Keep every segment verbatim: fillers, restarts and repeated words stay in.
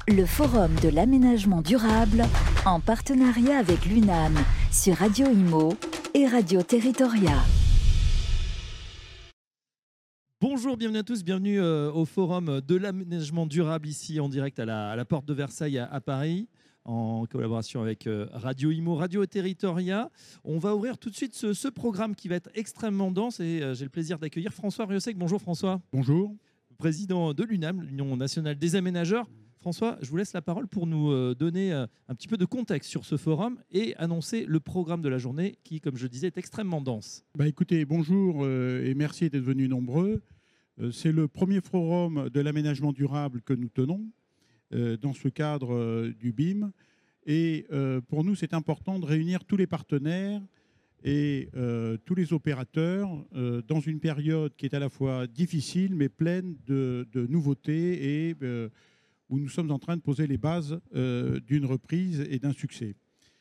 Le Forum de l'aménagement durable en partenariat avec l'U N A M sur Radio Imo et Radio Territoria. Bonjour, bienvenue à tous, bienvenue euh, au Forum de l'aménagement durable ici en direct à la, à la Porte de Versailles à, à Paris, en collaboration avec euh, Radio Imo, Radio Territoria. On va ouvrir tout de suite ce, ce programme qui va être extrêmement dense et euh, j'ai le plaisir d'accueillir François Riosec. Bonjour François. Bonjour. Président de l'U N A M, l'Union nationale des aménageurs. François, je vous laisse la parole pour nous euh, donner euh, un petit peu de contexte sur ce forum et annoncer le programme de la journée qui, comme je disais, est extrêmement dense. Bah écoutez, bonjour euh, et merci d'être venus nombreux. Euh, c'est le premier forum de l'aménagement durable que nous tenons euh, dans ce cadre euh, du B I M. Et euh, pour nous, c'est important de réunir tous les partenaires et euh, tous les opérateurs euh, dans une période qui est à la fois difficile mais pleine de, de nouveautés et euh, où nous sommes en train de poser les bases euh, d'une reprise et d'un succès.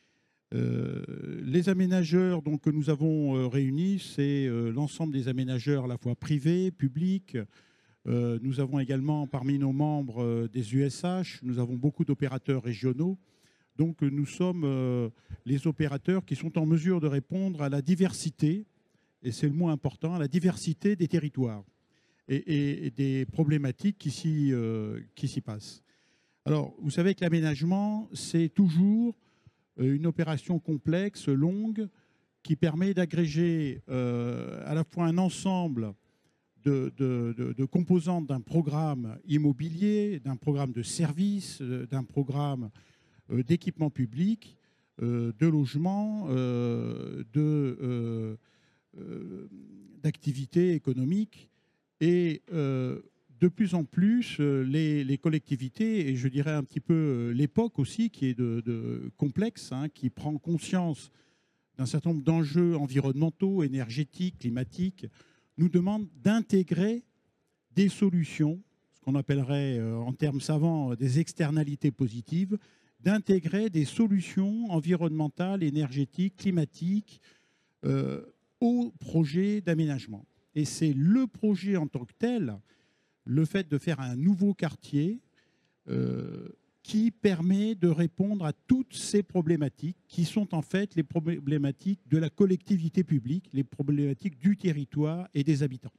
Euh, les aménageurs donc, que nous avons euh, réunis, c'est euh, l'ensemble des aménageurs à la fois privés, publics. Euh, nous avons également parmi nos membres euh, des U S H, nous avons beaucoup d'opérateurs régionaux. Donc nous sommes euh, les opérateurs qui sont en mesure de répondre à la diversité, et c'est le mot important, à la diversité des territoires et, et, et des problématiques qui s'y euh, qui s'y passent. Alors, vous savez que l'aménagement, c'est toujours une opération complexe, longue, qui permet d'agréger euh, à la fois un ensemble de, de, de, de composantes d'un programme immobilier, d'un programme de services, d'un programme euh, d'équipement public, euh, de logement, euh, de, euh, euh, d'activités économiques. Et euh, de plus en plus, les, les collectivités, et je dirais un petit peu l'époque aussi, qui est de, de complexe, hein, qui prend conscience d'un certain nombre d'enjeux environnementaux, énergétiques, climatiques, nous demandent d'intégrer des solutions, ce qu'on appellerait en termes savants des externalités positives, d'intégrer des solutions environnementales, énergétiques, climatiques euh, au projet d'aménagement. Et c'est le projet en tant que tel, le fait de faire un nouveau quartier euh, qui permet de répondre à toutes ces problématiques qui sont en fait les problématiques de la collectivité publique, les problématiques du territoire et des habitants.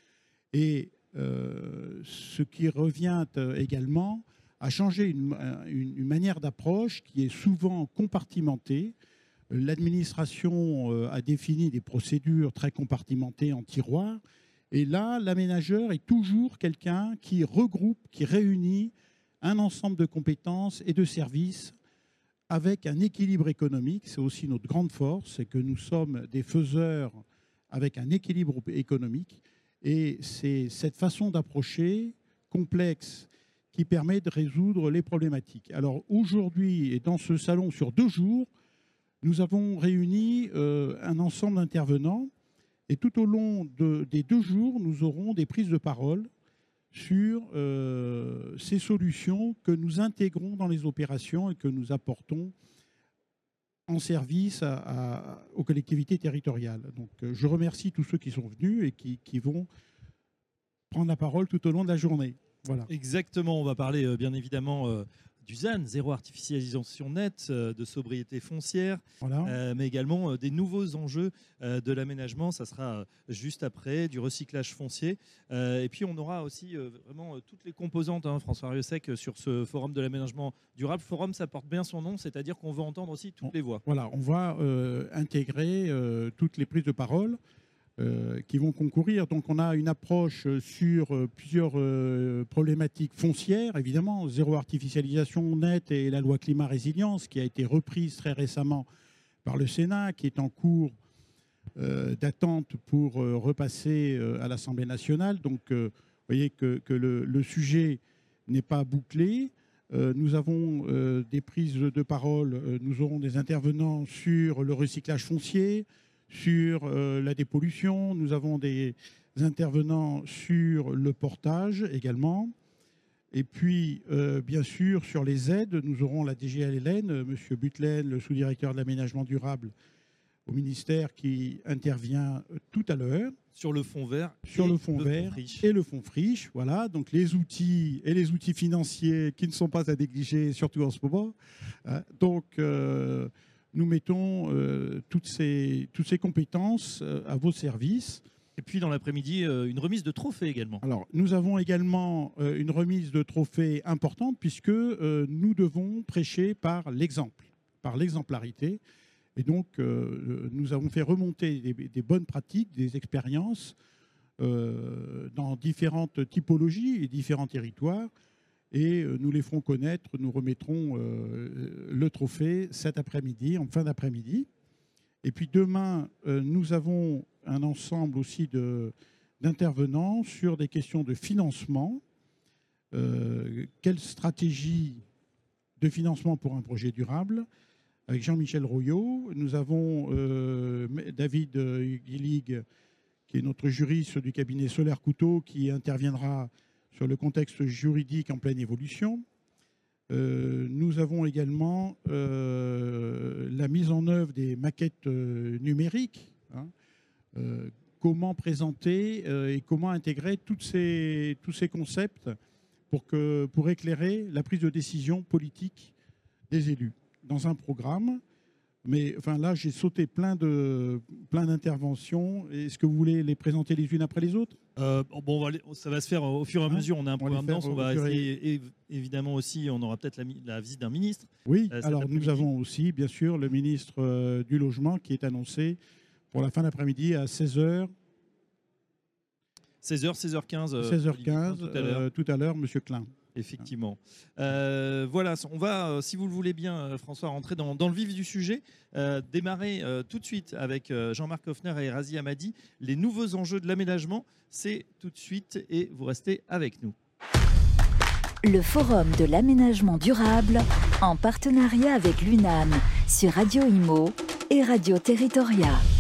Et euh, ce qui revient également à changer une, une, une manière d'approche qui est souvent compartimentée. L'administration a défini des procédures très compartimentées en tiroirs. Et là, l'aménageur est toujours quelqu'un qui regroupe, qui réunit un ensemble de compétences et de services avec un équilibre économique. C'est aussi notre grande force, c'est que nous sommes des faiseurs avec un équilibre économique. Et c'est cette façon d'approcher complexe qui permet de résoudre les problématiques. Alors aujourd'hui, et dans ce salon sur deux jours, nous avons réuni euh, un ensemble d'intervenants. Et tout au long de, des deux jours, nous aurons des prises de parole sur euh, ces solutions que nous intégrons dans les opérations et que nous apportons en service à, à, aux collectivités territoriales. Donc, euh, je remercie tous ceux qui sont venus et qui, qui vont prendre la parole tout au long de la journée. Voilà. Exactement, on va parler euh, bien évidemment euh, du Z A N, zéro artificialisation nette, euh, de sobriété foncière, voilà. euh, mais également euh, des nouveaux enjeux euh, de l'aménagement. Ça sera euh, juste après, du recyclage foncier. Euh, et puis on aura aussi euh, vraiment euh, toutes les composantes, hein, François Riosec, euh, sur ce forum de l'aménagement durable. Forum, ça porte bien son nom, c'est-à-dire qu'on veut entendre aussi toutes on, les voix. Voilà, on va euh, intégrer euh, toutes les prises de parole Euh, qui vont concourir. Donc on a une approche sur euh, plusieurs euh, problématiques foncières, évidemment, zéro artificialisation nette et la loi climat résilience qui a été reprise très récemment par le Sénat, qui est en cours euh, d'attente pour euh, repasser euh, à l'Assemblée nationale. Donc euh, vous voyez que, que le, le sujet n'est pas bouclé. Euh, nous avons euh, des prises de parole, euh, nous aurons des intervenants sur le recyclage foncier, sur euh, la dépollution, nous avons des intervenants sur le portage également. Et puis, euh, bien sûr, sur les aides, nous aurons la D G L L N, M. Butlen, le sous-directeur de l'aménagement durable, au ministère qui intervient tout à l'heure. Sur le fonds vert, sur le fonds vert et le fonds friche. Voilà, donc les outils et les outils financiers qui ne sont pas à négliger, surtout en ce moment. Donc, euh, nous mettons euh, toutes, ces, toutes ces compétences euh, à vos services. Et puis, dans l'après-midi, euh, une remise de trophées également. Alors, nous avons également euh, une remise de trophées importante puisque euh, nous devons prêcher par l'exemple, par l'exemplarité. Et donc, euh, nous avons fait remonter des, des bonnes pratiques, des expériences euh, dans différentes typologies et différents territoires. Et euh, nous les ferons connaître, nous remettrons euh, le trophée cet après-midi, en fin d'après-midi. Et puis demain, euh, nous avons un ensemble aussi de, d'intervenants sur des questions de financement. Euh, quelle stratégie de financement pour un projet durable ? Avec Jean-Michel Royot, nous avons euh, David Guilig, qui est notre juriste du cabinet Solaire Couteau, qui interviendra sur le contexte juridique en pleine évolution. Euh, nous avons également euh, la mise en œuvre des maquettes euh, numériques. Hein, euh, comment présenter euh, et comment intégrer toutes ces, tous ces concepts pour, que, pour éclairer la prise de décision politique des élus dans un programme. Mais enfin, là, j'ai sauté plein, de, plein d'interventions. Est-ce que vous voulez les présenter les unes après les autres ? euh, Bon, on va les, ça va se faire au fur et à mesure. On a un programme dense. On va essayer, et, évidemment aussi, on aura peut-être la, la visite d'un ministre. Oui, euh, alors nous avons aussi, bien sûr, le ministre euh, du Logement qui est annoncé pour la fin d'après-midi à seize heures. seize heures, seize heures quinze. seize heures quinze, tout à l'heure, euh, tout à l'heure, M. Klein. Effectivement. Euh, voilà, on va, si vous le voulez bien, François, rentrer dans, dans le vif du sujet, euh, démarrer euh, tout de suite avec euh, Jean-Marc Hoffner et Razi Hamadi. Les nouveaux enjeux de l'aménagement, c'est tout de suite et vous restez avec nous. Le Forum de l'aménagement durable en partenariat avec l'U N A M sur Radio Imo et Radio Territoria.